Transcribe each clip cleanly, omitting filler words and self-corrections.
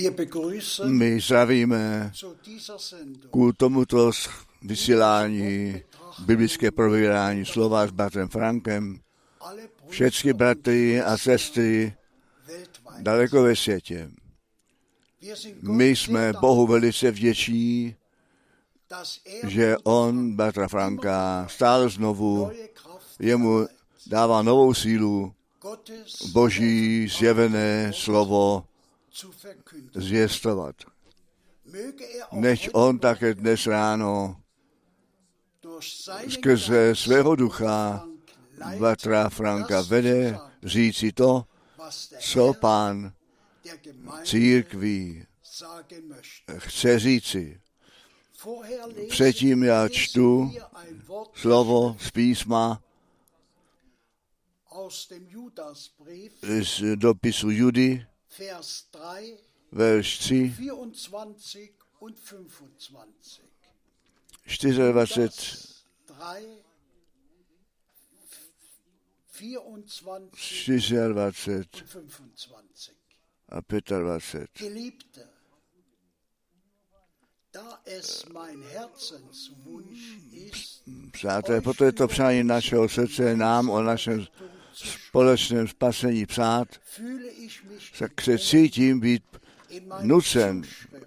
My zdravíme k tomuto vysílání biblické probírání slova s bratrem Frankem všechny bratry a sestry daleko ve světě. My jsme Bohu velice vděční, že on, bratra Franka, stále znovu jemu dává novou sílu Boží zjevené slovo zvěstovat. Než on také dnes ráno skrze svého ducha bratra Franka vede říci to, co Pán církví chce říci. Předtím já čtu slovo z písma z dopisu Judy, verš 3, 24 a 25. Přátelé, proto je to přání našeho srdce nám o našem společném spasení psát, tak se cítím být nucen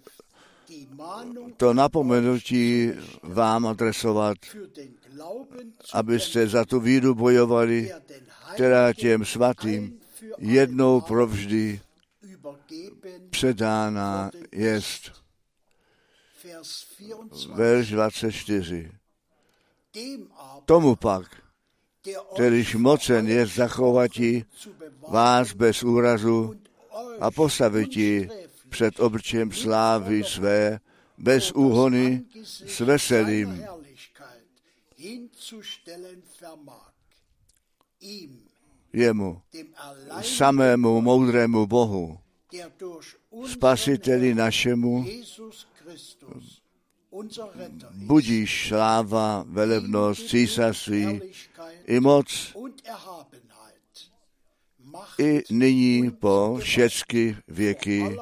to napomenutí vám adresovat, abyste za tu víru bojovali, která těm svatým jednou provždy předána jest. Verš 24. Tomu pak, kterýž mocen je zachovati vás bez úrazu a postaviti před obličejem slávy své, bez úhony, s veselým. Jemu, samému moudrému Bohu, Spasiteli našemu, budíš sláva, velebnost, císařství i moc, i nyní po všechny věky,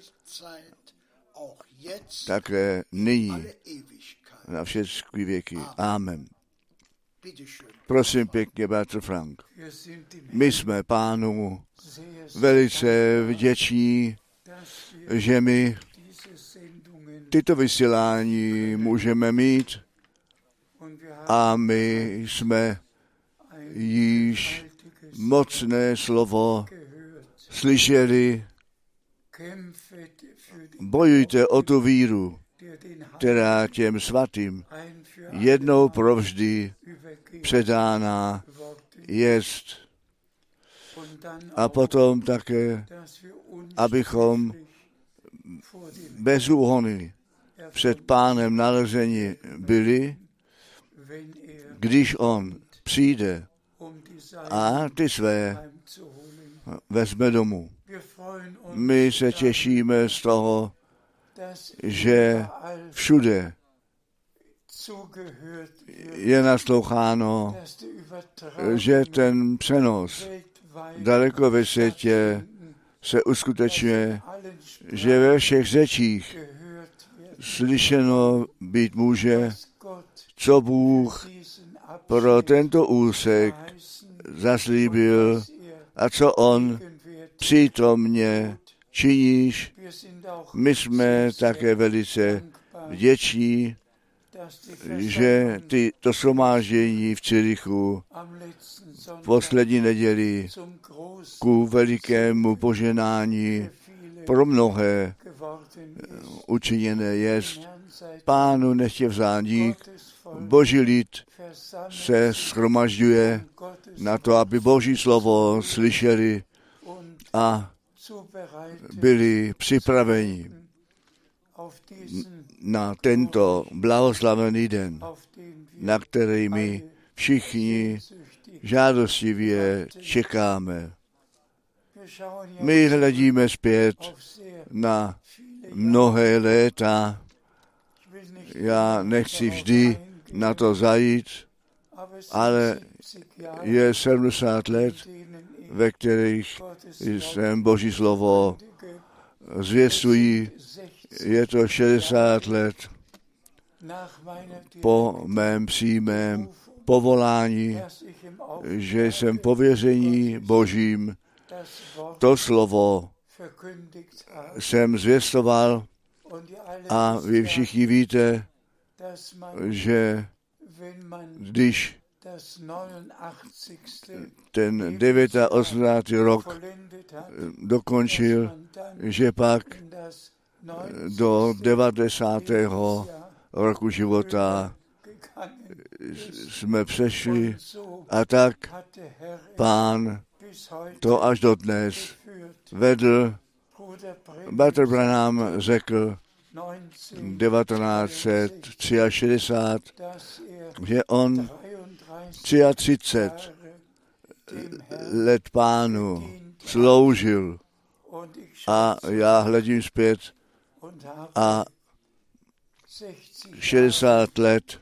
také nyní na všechny věky. Amen. Prosím pěkně, bratr Frank. My jsme Pánu velice vděční, že my tyto vysílání můžeme mít a my jsme již mocné slovo slyšeli. Bojujte o tu víru, která těm svatým jednou provždy předána jest. A potom také, abychom bez úhony před Pánem nalezeni byli, když on přijde a ty své vezme domů. My se těšíme z toho, že všude je nasloucháno, že ten přenos daleko ve světě se uskutečňuje, že ve všech řečích slyšeno být může, co Bůh pro tento úsek zaslíbil a co on přítomně činíš. My jsme také velice vděční, že to shromáždění v Cirichu poslední neděli ku velikému poženání pro mnohé učiněné jest. Pánu nechtě vzát dík. Boží lid se shromažďuje na to, aby Boží slovo slyšeli a byli připraveni na tento blahoslavený den, na který my všichni žádostivě čekáme. My hledíme zpět na mnohé léta. Já nechci vždy na to zajít, ale je 70 let, ve kterých jsem Boží slovo zvěstují, je to 60 let po mém přímém povolání, že jsem pověření Božím to slovo jsem zvěstoval a vy všichni víte, že když ten 89. rok dokončil, že pak do 90. roku života jsme přešli a tak Pán to až do dnes vedl. Bratr Branham řekl 1963, že on 33 let Pánu sloužil a já hledím zpět a 60 let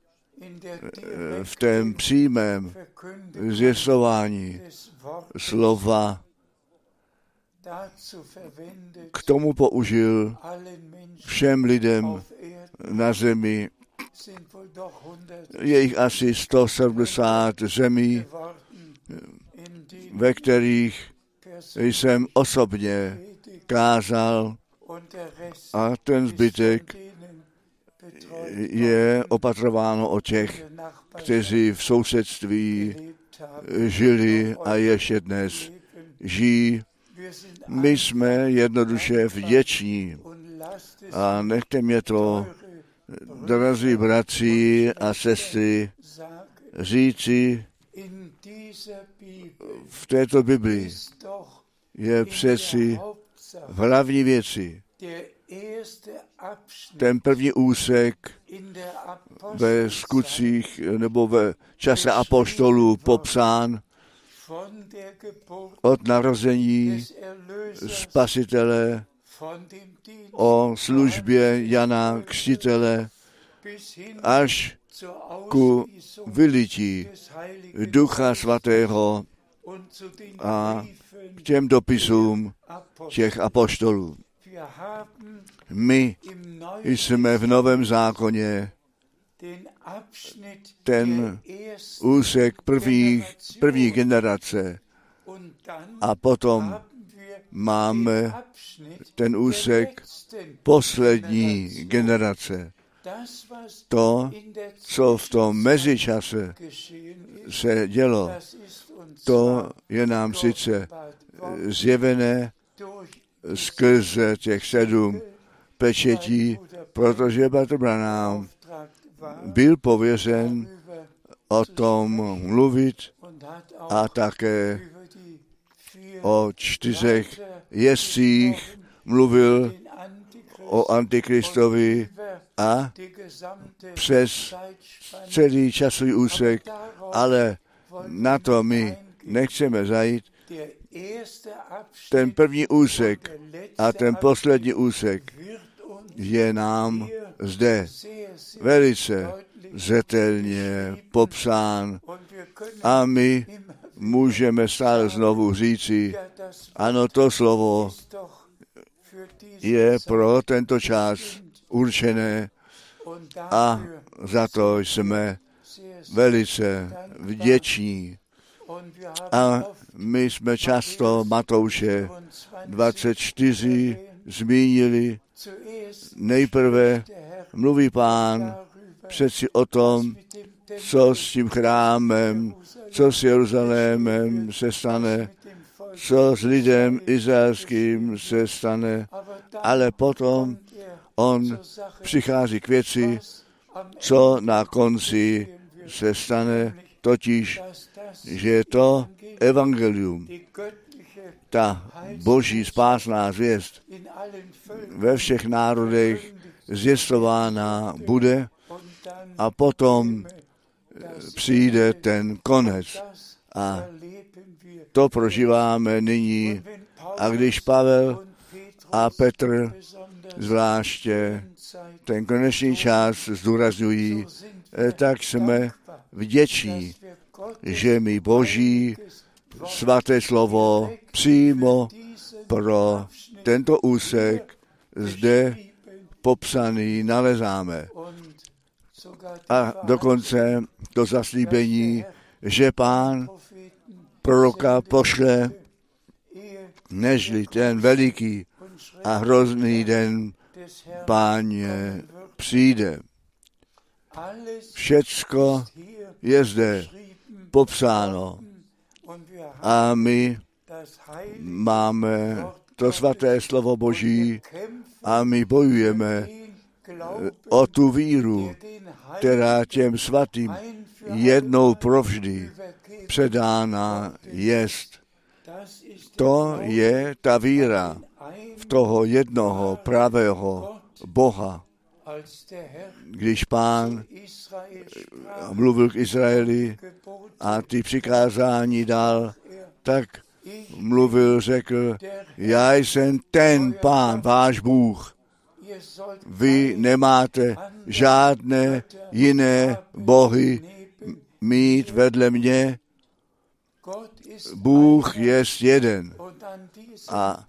v tom přímém zvěstování slova k tomu použil všem lidem na zemi. Je jich asi 170 zemí, ve kterých jsem osobně kázal a ten zbytek je opatrováno o těch, kteří v sousedství žili a ještě dnes žijí. My jsme jednoduše vděční a nechte mě to, drazí bratři a sestry, říci, v této Biblii je přeci v hlavní věci ten první úsek ve skutcích nebo ve čase apoštolů popsán od narození Spasitele, o službě Jana Křtitele až ku vylití Ducha Svatého a k těm dopisům těch apoštolů. My jsme v Novém zákoně ten úsek první generace a potom máme ten úsek poslední generace. To, co v tom mezičase se dělo, to je nám sice zjevené skrze těch 7 pečetí, protože bratr Branham byl pověřen o tom mluvit a také o 4 jezdcích mluvil o Antikristovi a přes celý časový úsek, ale na to my nechceme zajít. Ten první úsek a ten poslední úsek je nám zde velice zřetelně popsán a my můžeme stále znovu říci, ano, to slovo je pro tento čas určené a za to jsme velice vděční. A my jsme často Matouše 24 zmínili. Nejprve mluví Pán přeci o tom, co s tím chrámem, co s Jeruzalémem se stane, co s lidem izraelským se stane, ale potom on přichází k věci, co na konci se stane, totiž, že to evangelium, ta boží spásná zvěst ve všech národech zvěstována bude a potom přijde ten konec. A to prožíváme nyní. A když Pavel a Petr zvláště ten konečný čas zdůrazňují, tak jsme vděční, že mi Boží svaté slovo přímo pro tento úsek zde popsaný nalezáme. A dokonce to zaslíbení, že Pán proroka pošle, nežli ten veliký a hrozný den Páně přijde. Všecko je zde popsáno a my máme to svaté slovo Boží a my bojujeme o tu víru, která těm svatým jednou provždy předána jest. To je ta víra v toho jednoho pravého Boha. Když Pán mluvil k Izraeli a ty přikázání dal, tak mluvil, řekl, já jsem ten Pán, váš Bůh. Vy nemáte žádné jiné bohy mít vedle mě. Bůh je jeden. A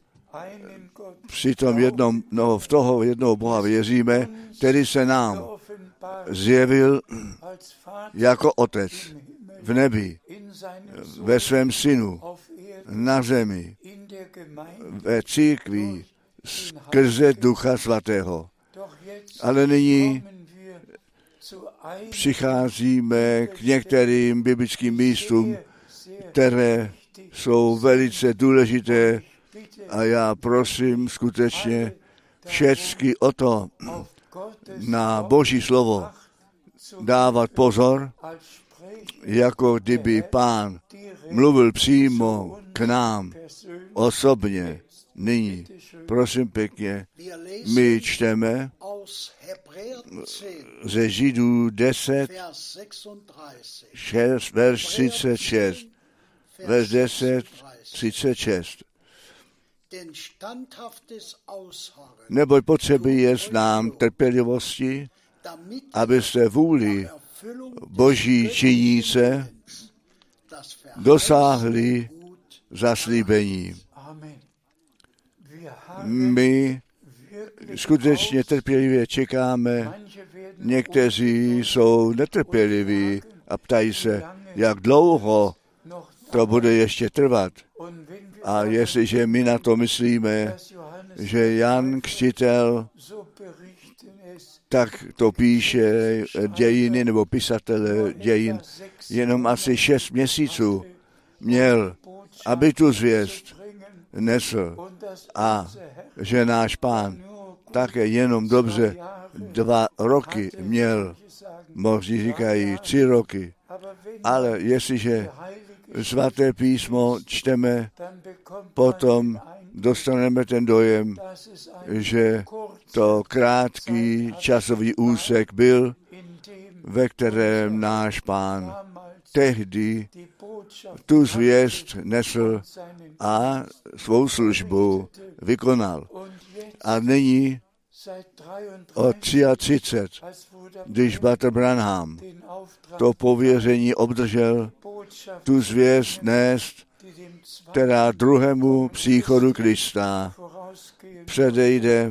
v toho jednoho Boha věříme, který se nám zjevil jako Otec v nebi, ve svém Synu, na zemi, ve církvi, skrze Ducha Svatého. Ale nyní přicházíme k některým biblickým místům, které jsou velice důležité a já prosím skutečně všecky o to na Boží slovo dávat pozor, jako kdyby Pán mluvil přímo k nám osobně. Nyní, prosím pěkně, my čteme ze Židů 10, verš 36. Verš 10, 36. Neboť potřeby je nám trpělivosti, abyste vůli Boží činíce dosáhli zaslíbení. My skutečně trpělivě čekáme, někteří jsou netrpěliví a ptají se, jak dlouho to bude ještě trvat. A jestliže my na to myslíme, že Jan Křtitel tak to píše dějiny nebo pisatele dějin, jenom asi 6 měsíců měl, aby tu zvěst nesl. A že náš Pán také jenom dobře 2 roky měl, možná říkají 3 roky. Ale jestliže svaté písmo čteme, potom dostaneme ten dojem, že to krátký časový úsek byl, ve kterém náš Pán tehdy tu zvěst nesl a svou službu vykonal. A nyní od 33, když Bratr Branham to pověření obdržel, tu zvěst nést, která druhému příchodu Krista předejde.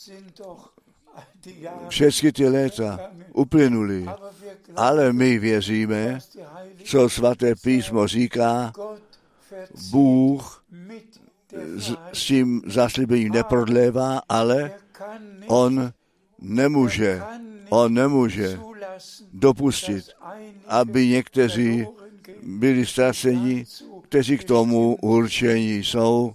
Všechny ty léta uplynuly, ale my věříme, co svaté písmo říká, Bůh s tím zaslíbením neprodlévá, ale on nemůže dopustit, aby někteří byli ztraceni, kteří k tomu určení jsou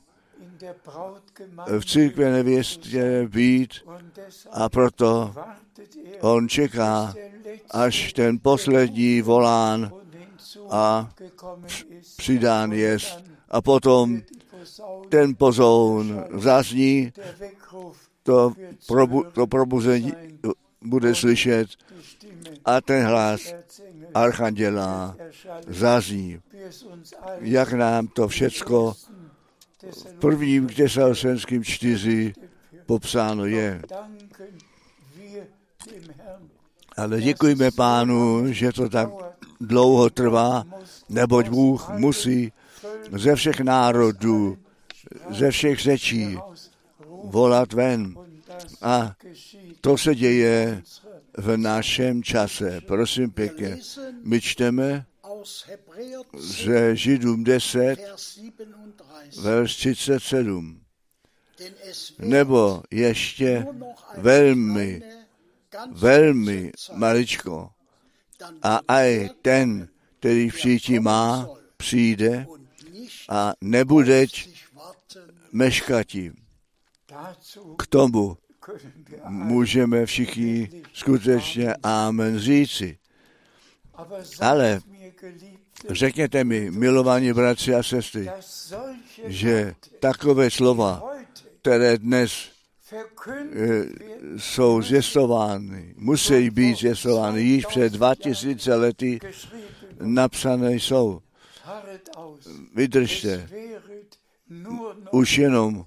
v církve nevěstě být, a proto on čeká, až ten poslední volán a přidán jest. A potom ten pozoun zazní, to probuzení bude slyšet a ten hlas archanděla zazní. Jak nám to všecko v prvním Tesalonickým 4 popsáno je. Ale děkujeme Pánu, že to tak dlouho trvá, neboť Bůh musí ze všech národů, ze všech řečí volat ven. A to se děje v našem čase. Prosím pěkně, my čteme ze Židům 10, verš 37. Nebo ještě velmi maličko. A aj ten, který přijít má, přijde a nebudeť meškatí. K tomu můžeme všichni skutečně amen říci. Ale řekněte mi, milovaní bratři a sestry, že takové slova, které dnes jsou zvěstovány, musí být zvěstovány, již před 2000 lety napsané jsou. Vydržte. Už jenom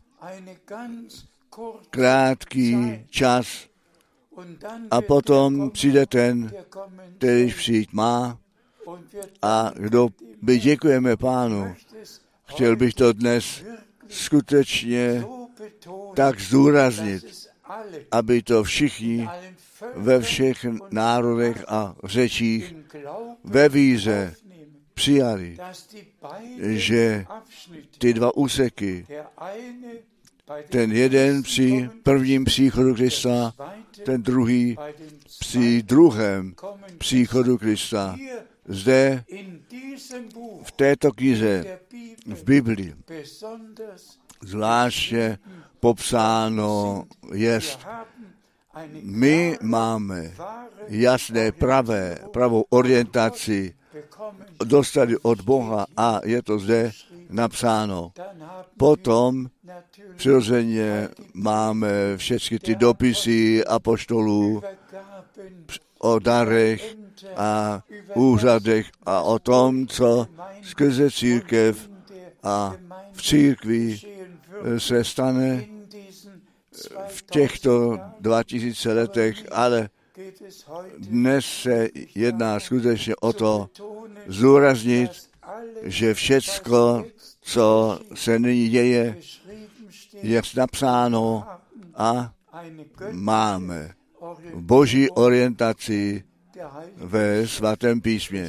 krátký čas a potom přijde ten, který přijít má a kdo by děkujeme Pánu. Chtěl bych to dnes skutečně tak zdůraznit, aby to všichni ve všech národech a řečích ve víře přijali, že ty dva úseky, ten jeden při prvním příchodu Krista, ten druhý při druhém příchodu Krista. Zde v této knize, v Biblii, zvláště popsáno jest, my máme jasné pravou orientaci dostali od Boha a je to zde napsáno. Potom přirozeně máme všechny ty dopisy apoštolů o darech a úřadech a o tom, co skrze církev a v církvi se stane v těchto 2000 letech, ale dnes se jedná skutečně o to zdůraznit, že všecko, co se nyní děje, je napsáno a máme boží orientaci ve svatém písmě.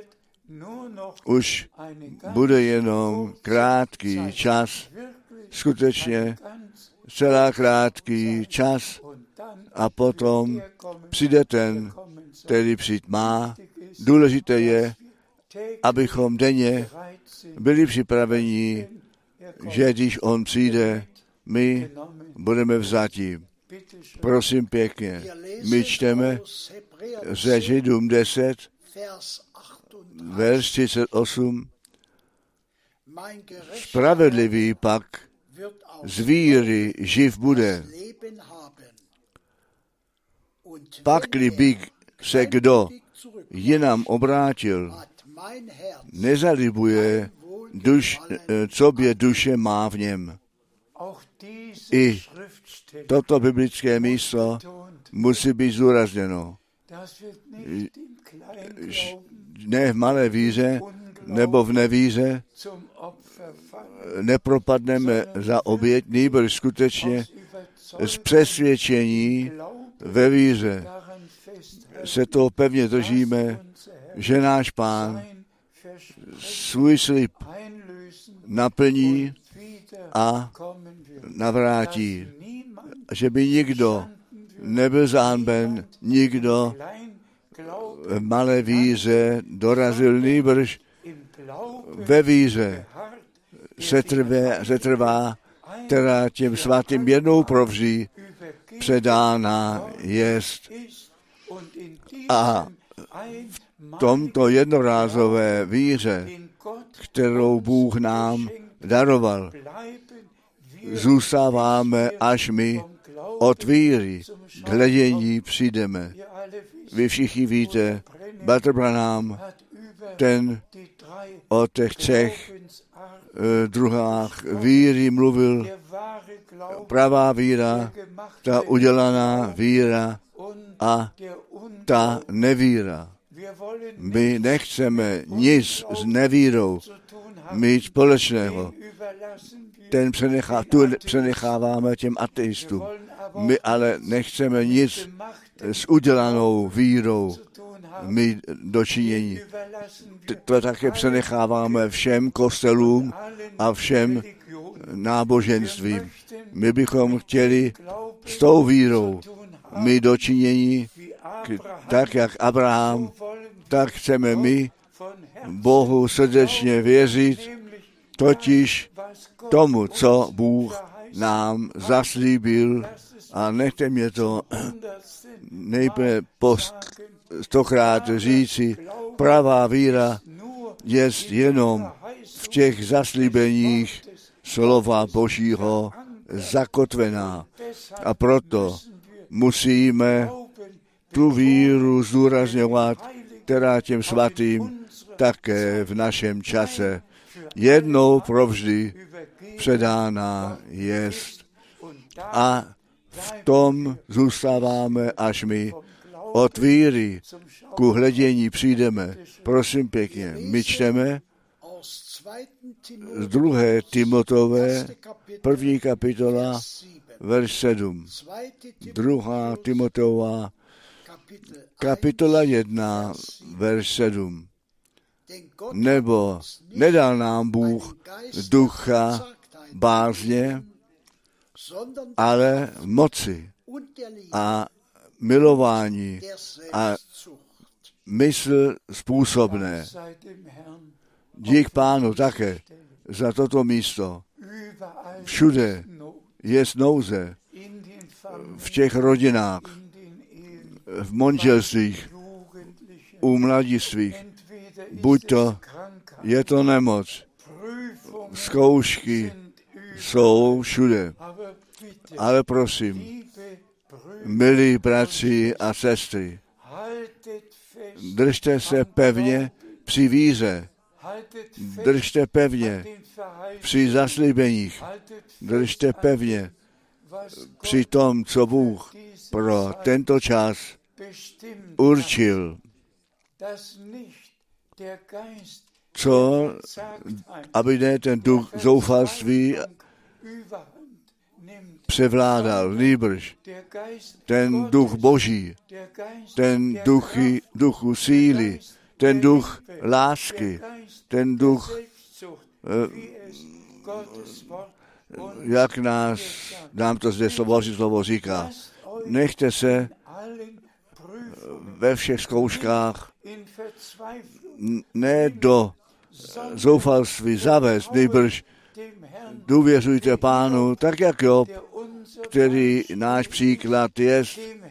Už bude jenom krátký čas, skutečně celá krátký čas a potom přijde ten, který přijít má. Důležité je, abychom denně byli připraveni, že když on přijde, my budeme vzati. Prosím pěkně, my čteme ze Židům 10, verš 38. Spravedlivý pak z víry živ bude. Pak-li by se kdo jinam obrátil, nezalibuje, co by duše má v něm. I toto biblické místo musí být zdůrazněno. Ne v malé víře nebo v nevíře nepropadneme za oběť, nýbrž skutečně z přesvědčení ve víře se toho pevně držíme, že náš Pán svůj slib naplní a navrátí. Že by nikdo nebyl zahanben, nikdo v malé víře dorazil, nýbrž ve víře se trvá, která těm svatým jednou provždy předána jest. A v tomto jednorázové víře, kterou Bůh nám daroval, zůstáváme, až my od víry k hledění přijdeme. Vy všichni víte, Bratr Branham, ten o těch třech druhách víry mluvil, pravá víra, ta udělaná víra a ta nevíra. My nechceme nic s nevírou mít společného. Tu přenecháváme těm ateistům. My ale nechceme nic s udělanou vírou mít dočinění. To také přenecháváme všem kostelům a všem náboženstvím. My bychom chtěli s tou vírou mít dočinění, tak jak Abraham, tak chceme my Bohu srdečně věřit, totiž tomu, co Bůh nám zaslíbil, a nechte mě to nejprve 100krát říci, pravá víra je jenom v těch zaslíbeních slova Božího zakotvená. A proto musíme tu víru zdůrazňovat, která těm svatým také v našem čase jednou provždy předána jest. A v tom zůstáváme, až my od víry ku hledění přijdeme. Prosím pěkně, my čteme z 2. Timotové, 1. kapitola, verš 7. 2. Timoteova, kapitola 1, verš 7. Nebo nedal nám Bůh ducha bázně, ale moci a milování a mysl způsobné. Dík Pánu také za toto místo. Všude je nouze, v těch rodinách, v manželstvích, u mladistvých. Buď to je to nemoc, zkoušky jsou všude. Ale prosím, milí bratři a sestry, držte se pevně při víře, držte pevně při zaslíbeních, držte pevně při tom, co Bůh pro tento čas určil, co, aby ne ten duch zoufalství převládal, nýbrž ten duch Boží, ten duchu síly, ten duch lásky, ten duch, jak nám to zde slovo říká. Nechte se ve všech zkouškách ne do zoufalství zavést, nýbrž důvěřujte Pánu, tak jak Job, který náš příklad je,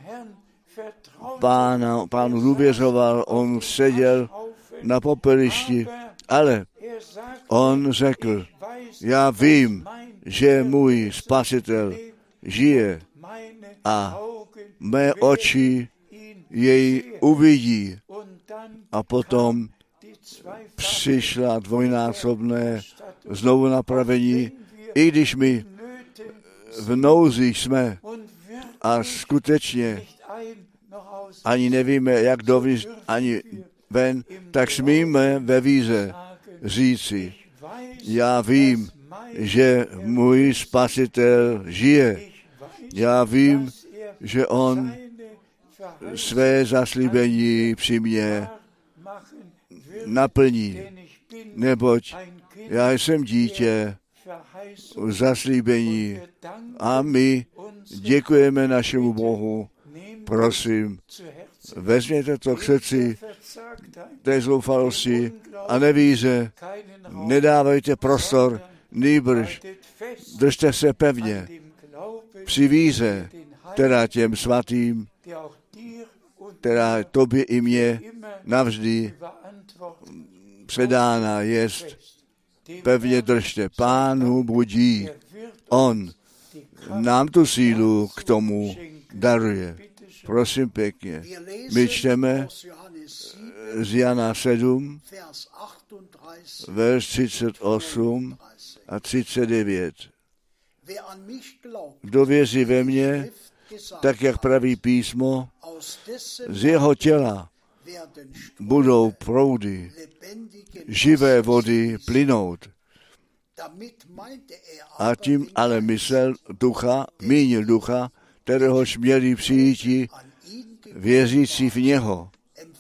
Pánu důvěřoval, on seděl na popelišti, ale on řekl, já vím, že můj Spasitel žije a mé oči jej uvidí. A potom přišla dvojnásobné znovu napravení, i když my v nouzi jsme a skutečně ani nevíme, jak dovnitř, ani ven, tak smíme ve víře říci, já vím, že můj Spasitel žije. Já vím, že on své zaslíbení při mě naplní, neboť já jsem dítě zaslíbení a my děkujeme našemu Bohu. Prosím, vezměte to k srdci té zoufalosti a nevíře, nedávejte prostor, nýbrž držte se pevně při víře, která těm svatým, která tobě i mně navždy předána jest. Pevně držte, Pánu budí. On nám tu sílu k tomu daruje. Prosím pěkně. My čteme z Jana 7, verš 38 a 39. Kdo věří ve mě, tak jak praví písmo, z jeho těla budou proudy živé vody plynout. A tím ale mínil ducha, kteréhož měli přijít věřící v něho.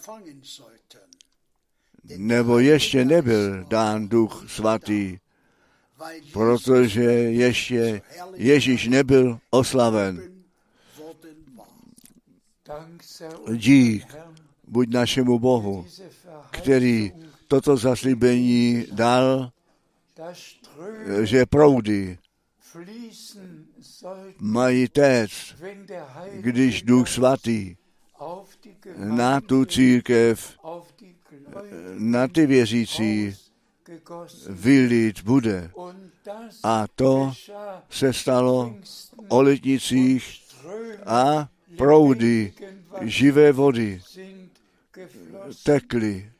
Nebo ještě nebyl dán Duch Svatý, protože ještě Ježíš nebyl oslaven. Dík buď našemu Bohu, který toto zaslíbení dal, že proudy mají téct, když Duch Svatý na tu církev, na ty věřící vylít bude. A to se stalo o letnicích a proudy živé vody tekly.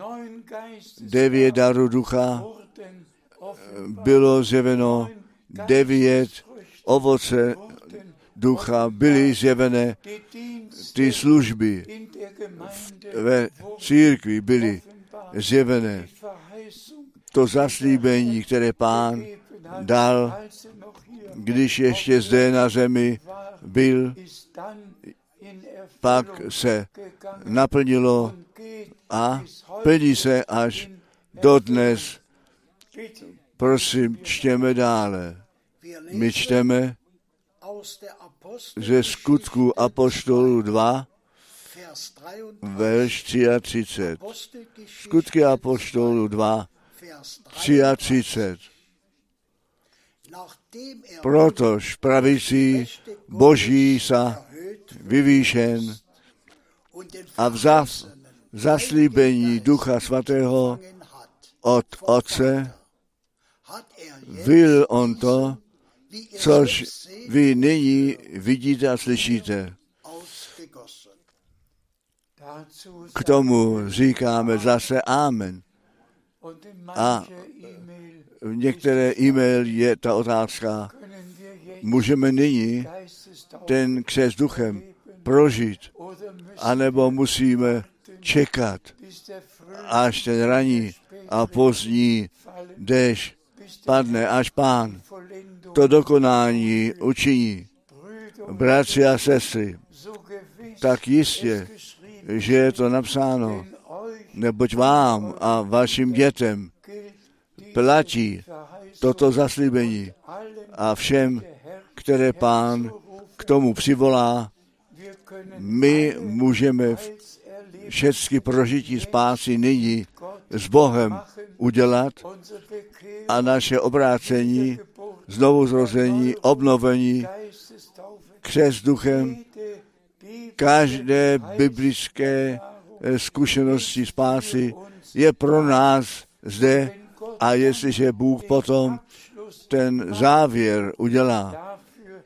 9 darů ducha bylo zjeveno, 9 ovoce ducha byly zjevené, ty služby ve církvi byly zjevené. To zaslíbení, které Pán dal, když ještě zde na zemi byl, pak se naplnilo a plní se až dodnes. Prosím, čtěme dále. My čteme ze Skutků apoštolů 2, verš 33. Skutky apoštolů 2, 33. Protož pravicí Boží sa vyvýšen a vzav zaslíbení Ducha Svatého od Otce, vyl on to, což vy nyní vidíte a slyšíte. K tomu říkáme zase amen. A v některé e-mail je ta otázka, můžeme nyní ten křest duchem prožít, anebo musíme čekat, až ten ranní a pozdní déšť padne, až Pán to dokonání učiní. Bratři a sestry, tak jistě, že je to napsáno, neboť vám a vašim dětem platí toto zaslíbení a všem, které Pán k tomu přivolá, my můžeme všechny prožití spásy nyní s Bohem udělat a naše obrácení, znovuzrození, obnovení, křest duchem, každé biblické zkušenosti spásy je pro nás zde a jestliže Bůh potom ten závěr udělá,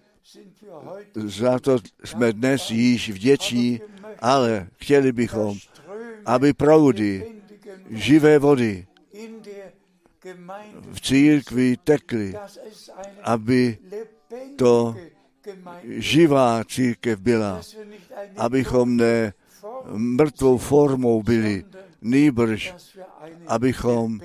za to jsme dnes již vděční, ale chtěli bychom, aby proudy živé vody v církvi tekly, aby to živá církev byla, abychom ne mrtvou formou byli, nýbrž abychom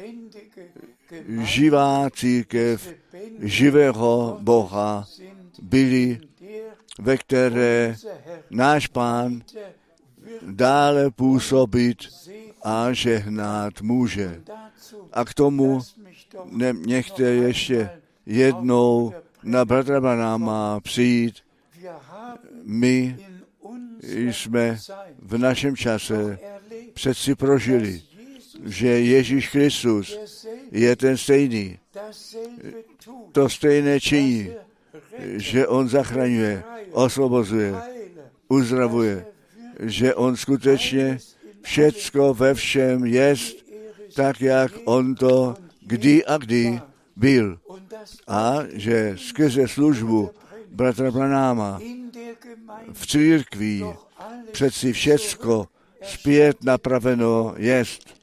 živá církev živého Boha byli, ve které náš Pán dále působit a žehnat může. A k tomu nechte ještě jednou na bratra Branhama přijít. My jsme v našem čase přeci prožili, že Ježíš Kristus je ten stejný. To stejné činí, že on zachraňuje, osvobozuje, uzdravuje, že on skutečně všecko ve všem jest, tak jak on to kdy a kdy byl. A že skrze službu bratra Branhama v církvi přeci všecko zpět napraveno jest.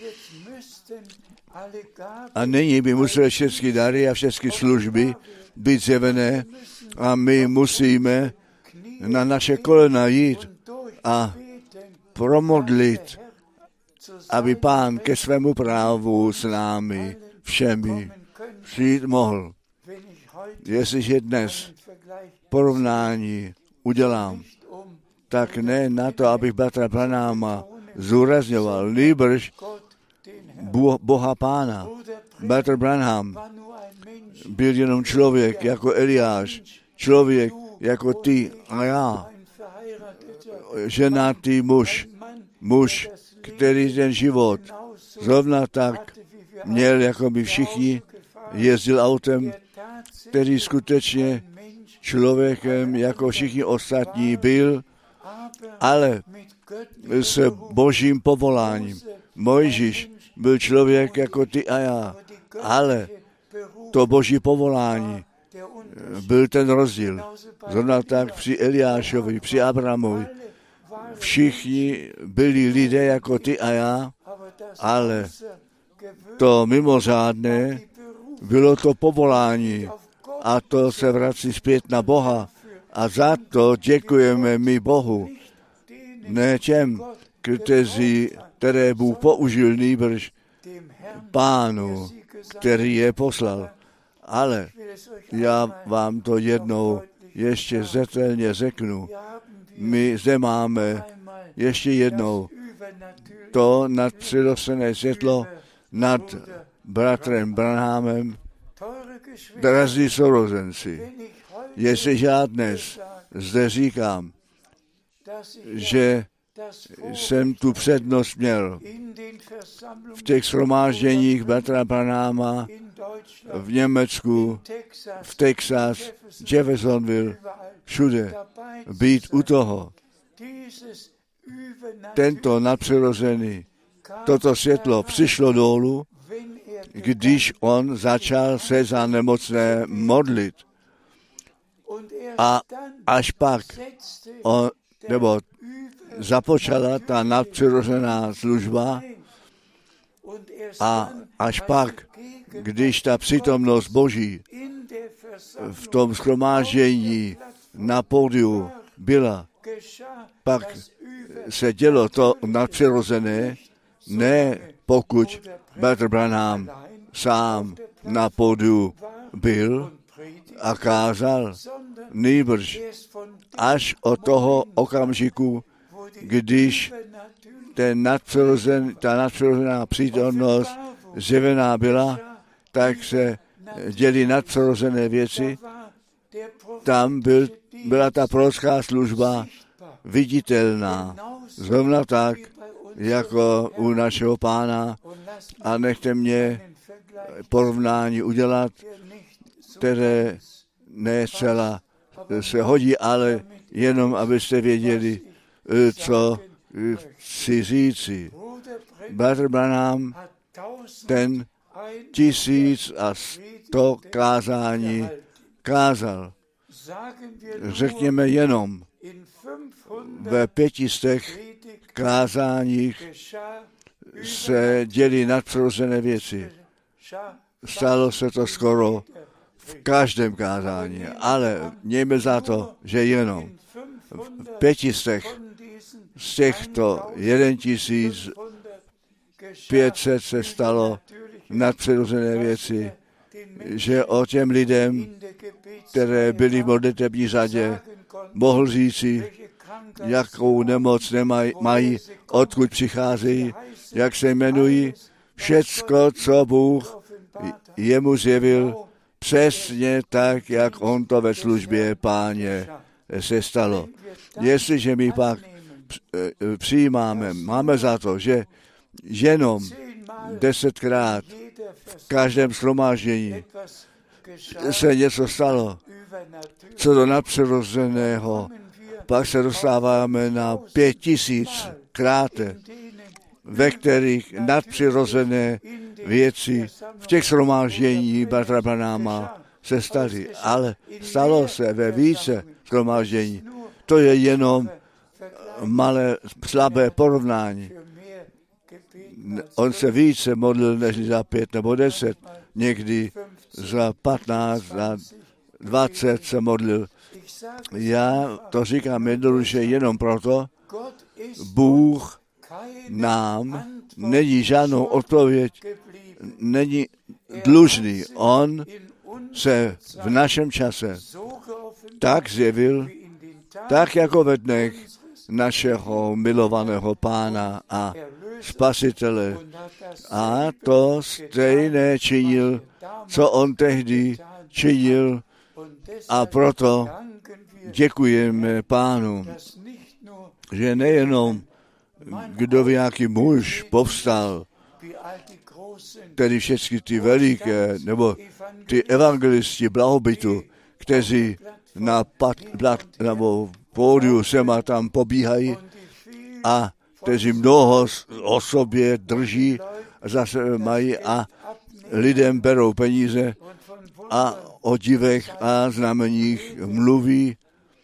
A nyní by museli všechny dary a všechny služby být zjevené a my musíme na naše kolena jít a promodlit, aby Pán ke svému právu s námi všemi přijít mohl. Jestliže dnes porovnání udělám, tak ne na to, abych bratra Branhama zúrazňoval, nýbrž Boha Pána. Bratr Branham byl jenom člověk jako Eliáš, člověk jako ty a já, ženatý muž, který ten život zrovna tak měl, jako by všichni, jezdil autem, který skutečně člověkem, jako všichni ostatní byl, ale s božím povoláním. Mojžíš byl člověk jako ty a já, ale to boží povolání byl ten rozdíl. Zrovna tak při Eliášovi, při Abrahamovi. Všichni byli lidé jako ty a já, ale to mimořádné bylo to povolání a to se vrací zpět na Boha a za to děkujeme my Bohu. Ne těm, které Bůh použil, nýbrž Pánu, který je poslal. Ale já vám to jednou ještě zřetelně řeknu. My zde máme ještě jednou to nadpřirozené světlo nad bratrem Branhamem, drazí sourozenci. Jestliže já dnes zde říkám, že jsem tu přednost měl v těch shromážděních bratra Branhama v Německu, v Texas, Jeffersonville, všude, být u toho. Tento nadpřirozený, toto světlo přišlo dolů, když on začal se za nemocné modlit. A až pak započala ta nadpřirozená služba a až pak, když ta přítomnost Boží v tom shromáždění na pódiu byla, pak se dělo to nadpřirozené, ne pokud bratr Branham sám na pódiu byl a kázal, nýbrž až od toho okamžiku, když ta nadpřirozená přítomnost zjevená byla, tak se dělí nadpřirozené věci. Tam byla ta prorocká služba viditelná, zrovna tak, jako u našeho Pána. A nechte mě porovnání udělat, které ne zcela se hodí, ale jenom, abyste věděli, co chci říci. Bratr Branham ten 1100 kázání kázal. Řekněme jenom ve 500 kázáních se dělí nadpřirozené věci. Stalo se to skoro v každém kázání, ale mějme za to, že jenom v 500 z těchto 1500 se stalo nadpřirozené věci, že o těm lidem, které byli v modlitební řadě, mohl říci, jakou nemoc mají, odkud přicházejí, jak se jmenují, všecko, co Bůh jemu zjevil, přesně tak, jak on to ve službě Páně se stalo. Jestliže my pak přijímáme, máme za to, že jenom 10krát v každém shromáždění se něco stalo, co do nadpřirozeného, pak se dostáváme na 5000 kráte, ve kterých nadpřirozené věci v těch shromáždění bratra Branhama se staly, ale stalo se ve více shromáždění. To je jenom malé, slabé porovnání. On se více modlil než za 5 nebo 10, někdy za 15, za 20 se modlil. Já to říkám jednoduše jenom proto, Bůh nám není žádnou odpověď, není dlužný. On se v našem čase tak zjevil, tak jako ve dnech našeho milovaného Pána a Spasitele. A to stejné činil, co on tehdy činil, a proto děkujeme Pánu, že nejenom kdojaký muž povstal, tedy všechny ty veliké, nebo ty evangelisti blahobytu, kteří na pódiu sem a tam pobíhají a kteří mnoho o sobě drží, zase mají a lidem berou peníze a o divech a znameních mluví.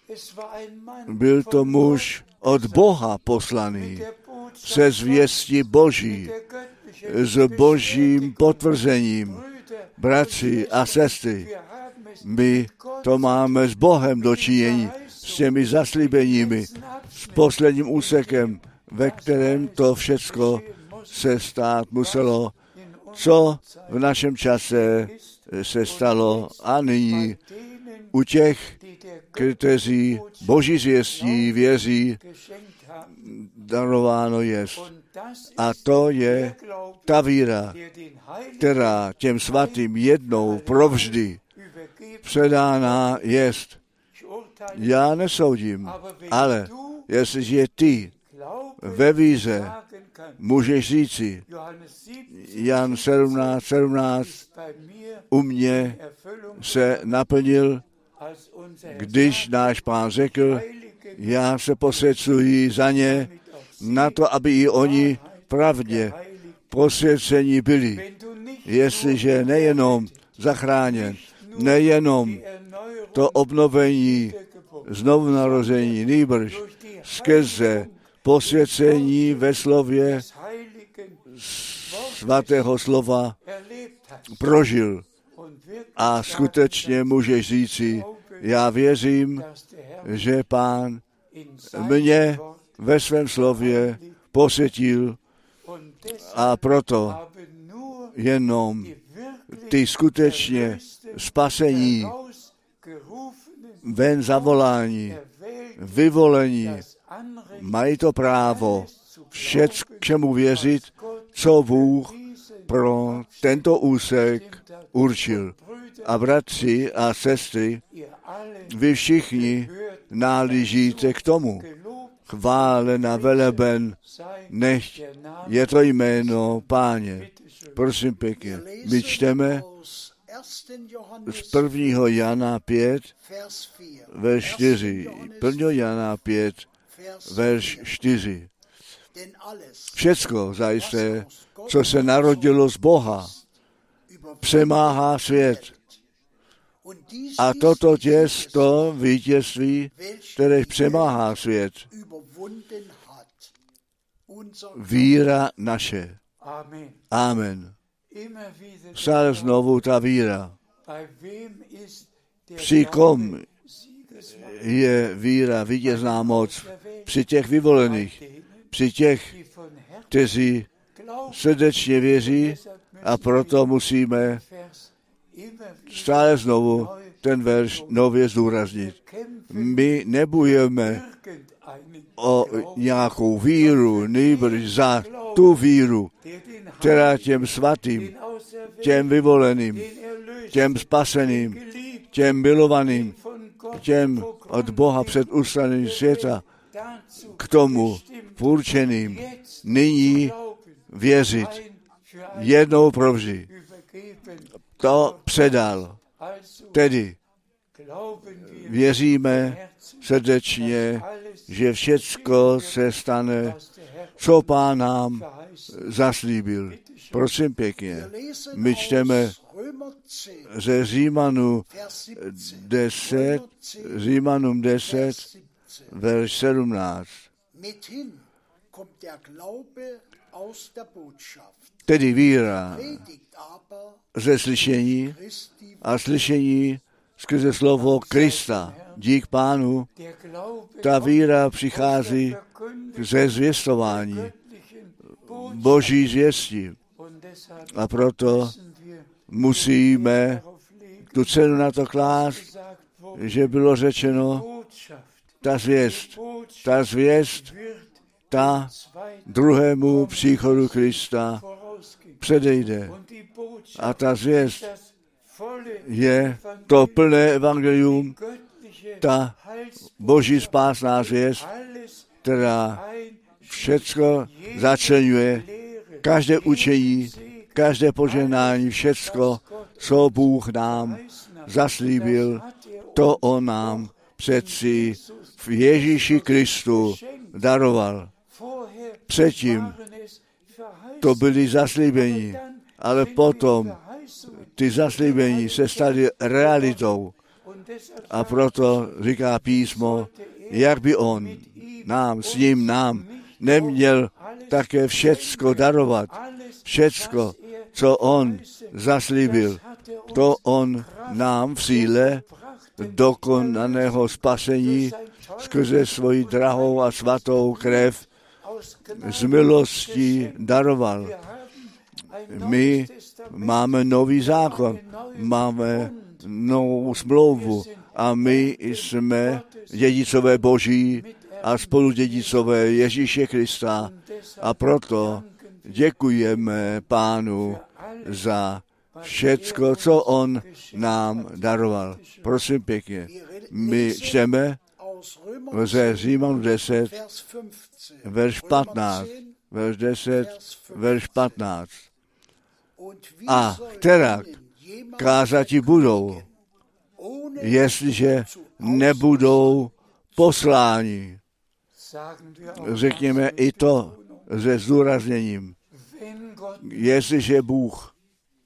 Byl to muž od Boha poslaný, se zvěstí Boží, s Božím potvrzením. Bratři a sestry, my to máme s Bohem dočinění, s těmi zaslíbeními, s posledním úsekem, ve kterém to všecko se stát muselo, co v našem čase se stalo a nyní u těch, kteří Boží zvěstí věří, darováno jest. A to je ta víra, která těm svatým jednou provždy předána jest. Já nesoudím, ale jestliže ty ve víře můžeš říci, Jan 17, u mě se naplnil, když náš Pán řekl, já se posvěcuji za ně, na to, aby i oni pravdě posvěcení byli. Jestliže nejenom zachráněn, nejenom to obnovení, znovu narození, nýbrž skrze posvěcení ve slově svatého slova prožil. A skutečně můžeš říci, já věřím, že Pán mě ve svém slově posvětil a proto jenom ty skutečně spasení, ven zavolání, vyvolení, mají to právo všemu věřit, co Bůh pro tento úsek určil. A bratři a sestry, vy všichni náležíte k tomu. Chválen a veleben, nechť je to jméno Páně. Prosím pěkně, my čteme z 1. Jana 5, verš 4. 1. Jana 5, verš 4. Všecko zajisté, co se narodilo z Boha, přemáhá svět. A toto je to vítězství, které přemáhá svět. Víra naše. Amen. Stále znovu ta víra. Při kom je víra vítězná moc? Při těch vyvolených, při těch, kteří srdečně věří, a proto musíme stále znovu ten verš nově zdůraznit. My nebojujeme o nějakou víru, nýbrž za tu víru, která těm svatým, těm vyvoleným, těm spaseným, těm milovaným, těm od Boha před ustanovením světa, k tomu určeným nyní věřit jednou provždy. To předal. Tedy věříme srdečně, že všecko se stane, co Pán nám zaslíbil. Prosím pěkně, my čteme ze Římanům 10, verš 17. Tedy víra ze slyšení a slyšení skrze slovo Krista. Dík Pánu, ta víra přichází ze zvěstování Boží zvěsti. A proto musíme tu cenu na to klást, že bylo řečeno, ta zvěst, ta druhému příchodu Krista předejde. A ta zvěst je to plné evangelium, ta Boží spásná zvěst, která všecko začleňuje, každé učení, každé požehnání, všecko, co Bůh nám zaslíbil, to on nám přeci v Ježíši Kristu daroval. Předtím to byly zaslíbení, ale potom ty zaslíbení se staly realitou. A proto říká písmo, jak by on s ním neměl také všecko darovat. Všecko, co on zaslíbil, to on nám v síle dokonaného spasení skrze svoji drahou a svatou krev z milostí daroval. My máme nový zákon, máme novou smlouvu a my jsme dědicové Boží a spoludědicové Ježíše Krista. A proto děkujeme Pánu za všecko, co on nám daroval. Prosím pěkně, my čteme ze Římanů 10, verš 15, verš 10, verš 15. A kterak kázati budou, jestliže nebudou posláni. Řekněme i to se zdůrazněním. Jestliže Bůh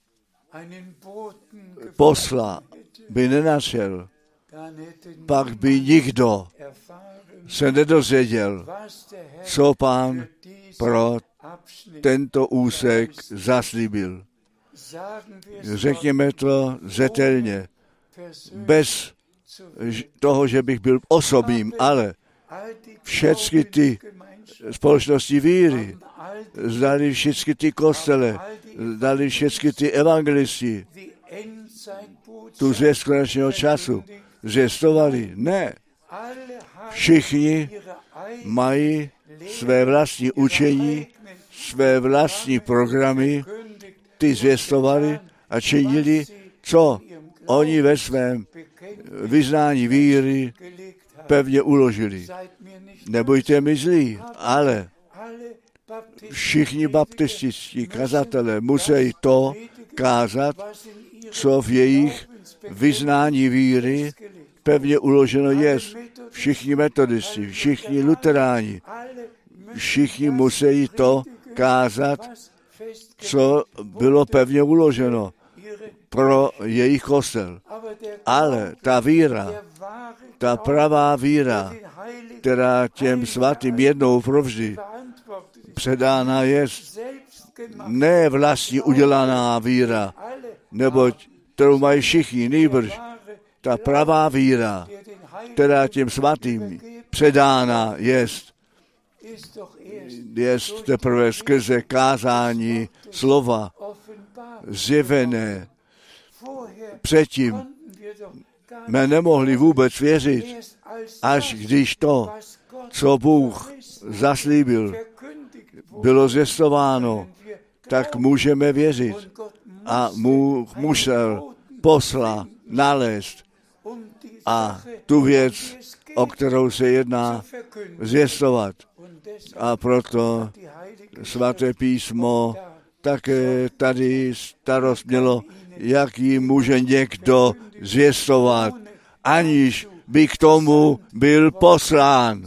posla by nenašel, pak by nikdo se nedozvěděl, co Pán pro tento úsek zaslíbil. Řekněme to zetelně, bez toho, že bych byl osobním, ale všechny ty společnosti víry, zdali všechny ty kostele, zdali všechny ty evangelisti, tu zvěst konečného času zvěstovali. Ne. Všichni mají své vlastní učení, své vlastní programy, ty zvěstovali a činili, co oni ve svém vyznání víry pevně uložili. Nebuďte mi zlí, ale všichni baptističtí kazatelé musí to kázat, co v jejich vyznání víry pevně uloženo je. Všichni metodisti, všichni luteráni, všichni musí to kázat, co bylo pevně uloženo pro jejich kostel. Ale ta víra, ta pravá víra, která těm svatým jednou provždy předána je, ne vlastní udělaná víra, neboť kterou mají všichni, nýbrž ta pravá víra, která těm svatým předána je teprve skrze kázání slova zjevené. Předtím jsme nemohli vůbec věřit, až když to, co Bůh zaslíbil, bylo zvěstováno, tak můžeme věřit. A musel posla nalézt a tu věc, o kterou se jedná, zvěstovat. A proto svaté písmo také tady starost mělo, jak ji může někdo zvěstovat, aniž by k tomu byl poslán.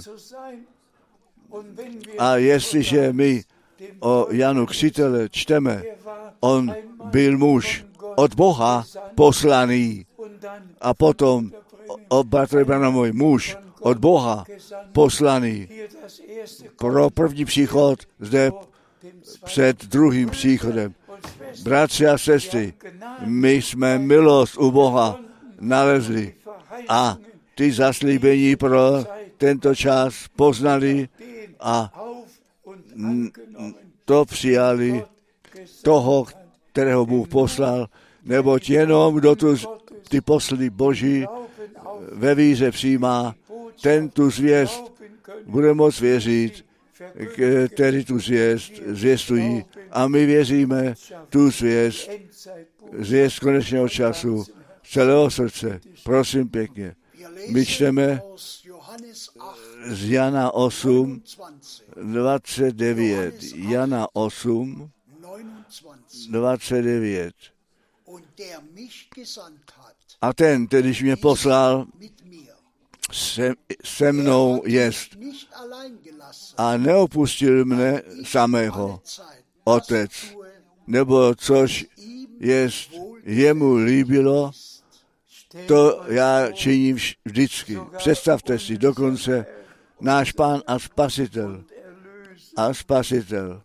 A jestliže my o Janu Křtiteli čteme, on byl muž od Boha poslaný a potom o bratře Branhamovi muž od Boha poslaný pro první příchod zde před druhým příchodem. Bratři a sestry, my jsme milost u Boha nalezli a ty zaslíbení pro tento čas poznali a to přijali toho, kterého Bůh poslal, neboť jenom kdo ty posly Boží ve víře přijímá, ten tu zvěst bude moct věřit, který tu zvěstují. A my věříme tu zvěst konečného času z celého srdce. Prosím pěkně. My čteme z Jana 8, 29. Jana 8, 29. A ten, kterýž mě poslal, se mnou jest a neopustil mne samého Otec, nebo což jest jemu líbilo, to já činím vždycky. Představte si, dokonce náš Pán a Spasitel.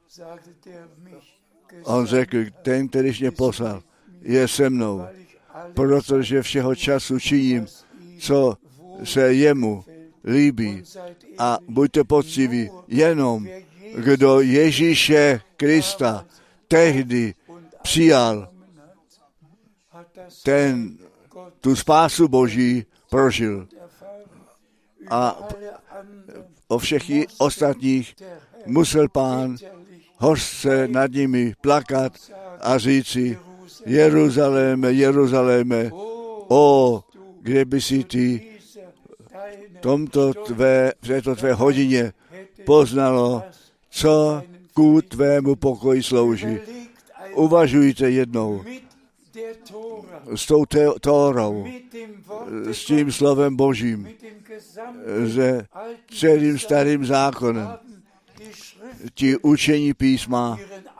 On řekl, ten, kterýž mě poslal, je se mnou, protože všeho času činím, co se jemu líbí. A buďte poctiví, jenom kdo Ježíše Krista tehdy přijal, ten tu spásu Boží prožil. A o všech ostatních musel Pán hořce nad nimi plakat a říci: Jeruzaléme, Jeruzaléme, kde by si ty v této tvé hodině poznalo, co ku tvému pokoji slouží. Uvažujte jednou s tou Tórou, s tím slovem Božím, že celým starým zákonem ti učení písma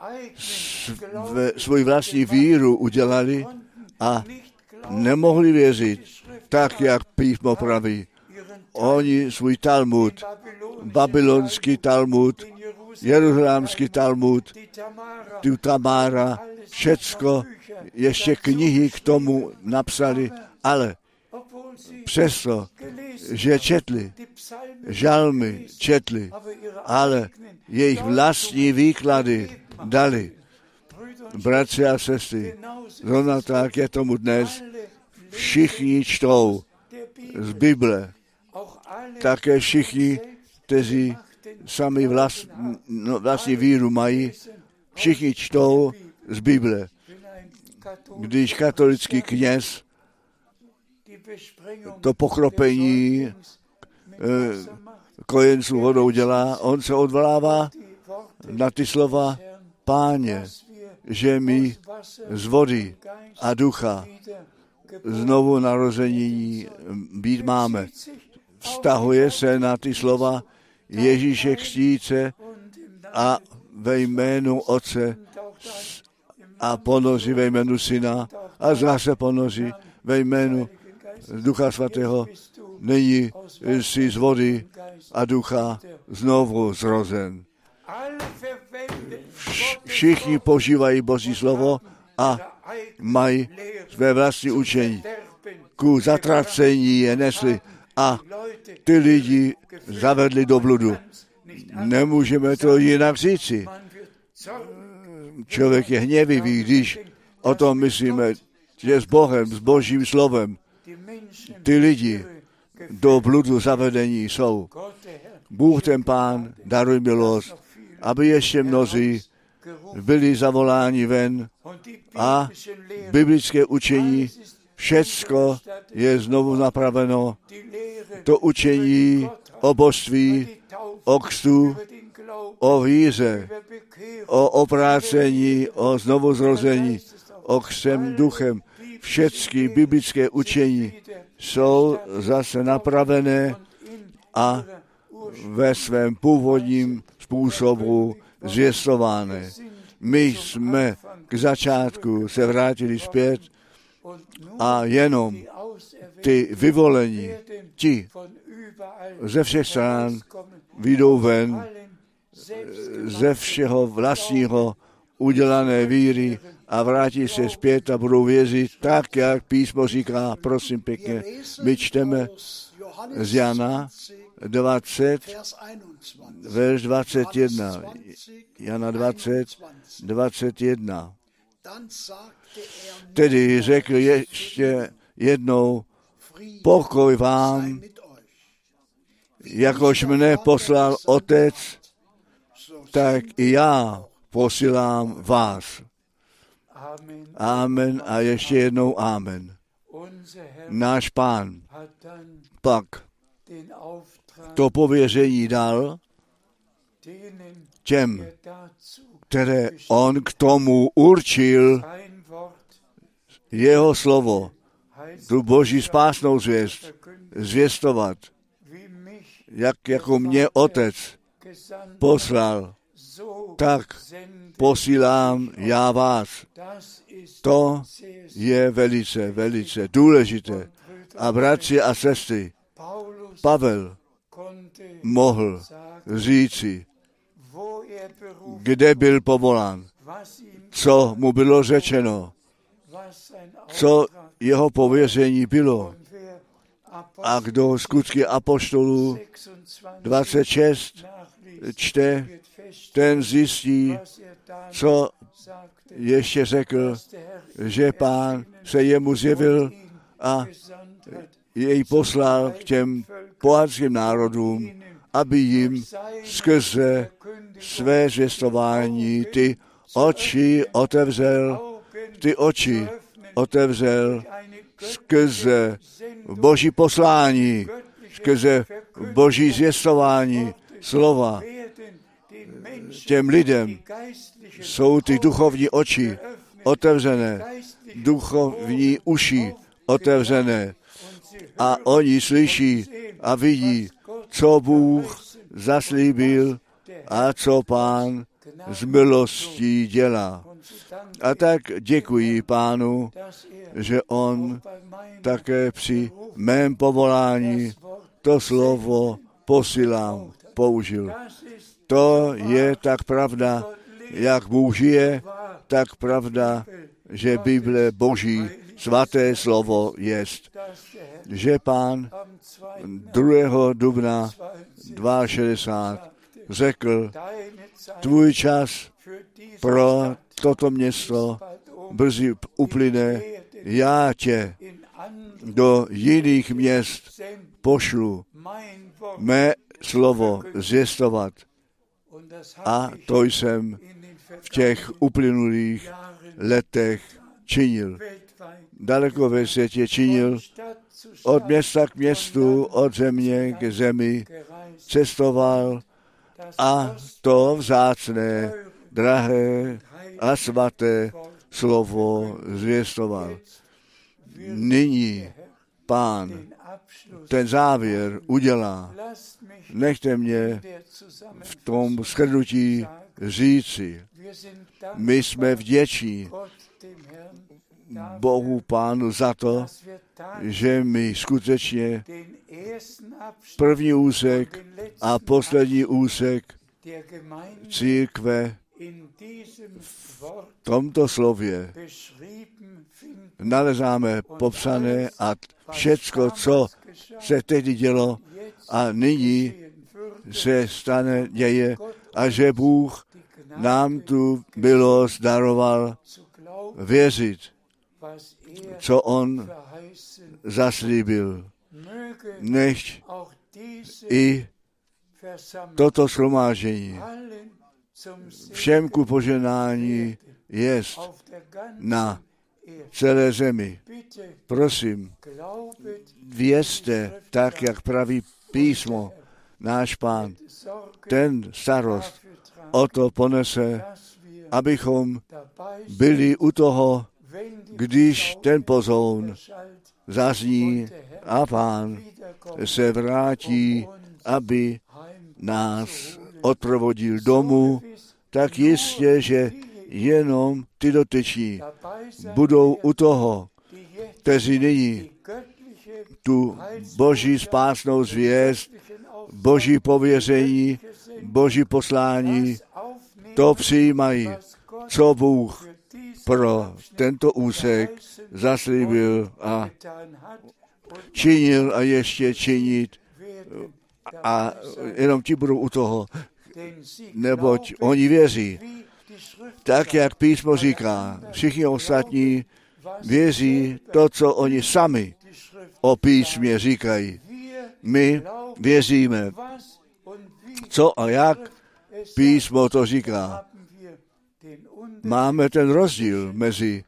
svůj vlastní víru udělali a nemohli věřit tak, jak písmo praví. Oni svůj Talmud, babylonský Talmud, jeruzalémský Talmud, tu Tamára, všecko, ještě knihy k tomu napsali, ale přesto, že četli, žalmy četli, ale jejich vlastní výklady dali. Bratři a sestry, zrovna tak je tomu dnes, všichni čtou z Bible, také všichni, kteří sami vlastní víru mají, všichni čtou z Bible. Když katolický kněz to pokropení kojenců vodou dělá, on se odvolává na ty slova Páně, že my z vody a ducha znovu narození být máme. Vztahuje se na ty slova Ježíše Křtíce a ve jménu Otce a ponoří ve jménu Syna a zase ponoří ve jménu Ducha Svatého. Nyní jsi z vody a ducha znovu zrozen. Všichni požívají Boží slovo a mají své vlastní učení. Ku zatracení je nesli a ty lidi zavedli do bludu. Nemůžeme to jinak říci. Člověk je hněvivý, když o tom myslíme, že s Bohem, s Božím slovem ty lidi do bludu zavedení jsou. Bůh ten Pán daruj milost, aby ještě mnozí byli zavoláni ven a biblické učení, všecko je znovu napraveno. To učení o božství, o křtu, o víře, o oprácení, o znovuzrození, o křtem duchem. Všechny biblické učení jsou zase napravené a ve svém původním způsobu zvěstovány. My jsme k začátku se vrátili zpět a jenom ty vyvolení, ti ze všech stran vyjdou ven ze všeho vlastního udělané víry a vrátí se zpět a budou věřit tak, jak písmo říká. Prosím pěkně, my čteme z Jana 20, verš 21. Jana 20, 21. Tedy řekl ještě jednou, pokoj vám, jakož mne poslal Otec, tak i já posílám vás. Amen a ještě jednou amen. Náš Pán pak to pověření dal těm, které on k tomu určil, jeho slovo, tu Boží spásnou zvěst, zvěstovat, jako mě Otec poslal, tak posílám já vás. To je velice, velice důležité. A bratři a sestry, Pavel mohl říci, kde byl povolán, co mu bylo řečeno, co jeho pověření bylo. A kdo skutky apoštolů 26 čte, ten zjistí, co ještě řekl, že Pán se jemu zjevil a jej poslal k těm pohanským národům, aby jim skrze své zvěstování ty oči otevřel skrze Boží poslání, skrze Boží zvěstování slova. Těm lidem jsou ty duchovní oči otevřené, duchovní uši otevřené a oni slyší a vidí, co Bůh zaslíbil a co Pán z milostí dělá. A tak děkuji Pánu, že on také při mém povolání to slovo posílám použil. To je tak pravda, jak Bůh žije, tak pravda, že Bible Boží svaté slovo jest. Že Pán 2. dubna 62 řekl, tvůj čas pro toto město brzy uplyne, já tě do jiných měst pošlu mé slovo zvěstovat. A to jsem v těch uplynulých letech činil. Daleko ve světě činil, od města k městu, od země k zemi, cestoval a to vzácné, drahé a svaté slovo zvěstoval. Nyní Pán ten závěr udělá. Nechte mě v tom shrnutí říci, my jsme vděční Bohu Pánu za to, že my skutečně první úsek a poslední úsek církve v tomto slově nalezáme popsané a všecko, co se tehdy dělo a nyní se stane, děje a že Bůh nám tu milost daroval věřit, co on zaslíbil. Nechť i toto shromáždění všem ku poženání jest na celé zemi. Prosím, vězte tak, jak praví písmo, náš Pán. Ten starost o to ponese, abychom byli u toho, když ten pozoun zazní a Pán se vrátí, aby nás odprovodil domů, tak jistě, že jenom ty dotyční budou u toho, kteří nyní tu Boží spásnou zvěst, Boží pověření, Boží poslání, to přijímají, co Bůh pro tento úsek zaslíbil a činil a ještě činit a jenom ti budou u toho, neboť oni věří. Tak, jak písmo říká, všichni ostatní věří to, co oni sami o písmě říkají. My věříme, co a jak písmo to říká. Máme ten rozdíl mezi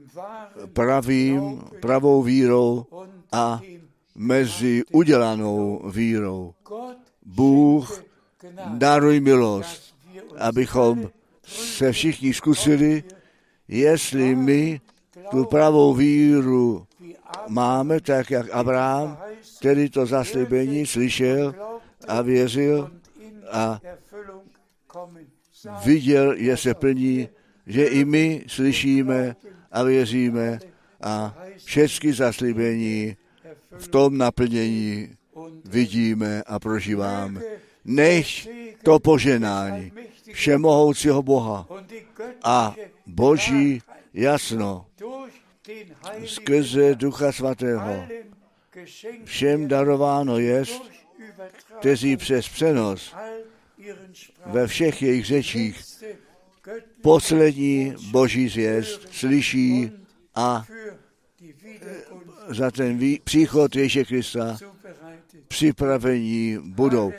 pravou vírou a mezi udělanou vírou. Bůh daruj milost, abychom se všichni zkusili, jestli my tu pravou víru máme, tak jak Abraham, který to zaslíbení slyšel a věřil a viděl, že se plní, že i my slyšíme a věříme a všechny zaslíbení v tom naplnění vidíme a prožíváme. Nech to poženání všemohoucího Boha a Boží jasno skrze Ducha Svatého všem darováno jest, kteří přes přenos ve všech jejich řečích poslední Boží zvěst slyší a za ten příchod Ježíše Krista připravení budou.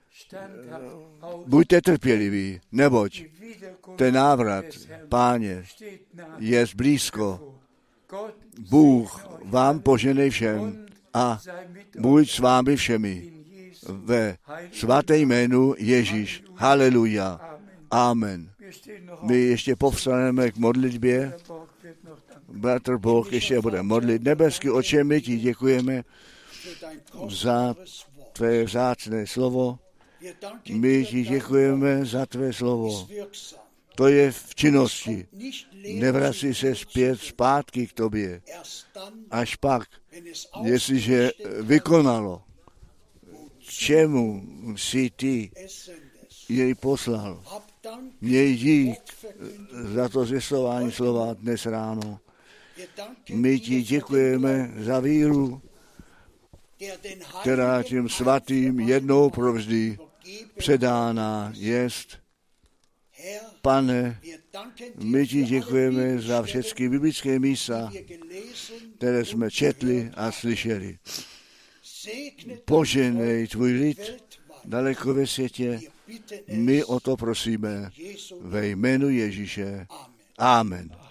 Buďte trpěliví, neboť ten návrat Páně je blízko. Bůh vám poženej všem a buď s vámi všemi ve svaté jménu Ježíš. Haleluja. Amen. My ještě povstaneme k modlitbě. Bratr Boh ještě bude modlit. Nebeský Otče, my ti děkujeme za tvé vzácné slovo. My ti děkujeme za tvé slovo. To je v činnosti. Nevrací se zpátky k tobě. Až pak, jestliže vykonalo, k čemu jsi ty jej poslal. Měj dík za to zvěstování slova dnes ráno. My ti děkujeme za víru, která těm svatým jednou provždy předána jest. Pane, my ti děkujeme za všechny biblické místa, které jsme četli a slyšeli. Poženej tvůj lid daleko ve světě. My o to prosíme ve jménu Ježíše. Amen.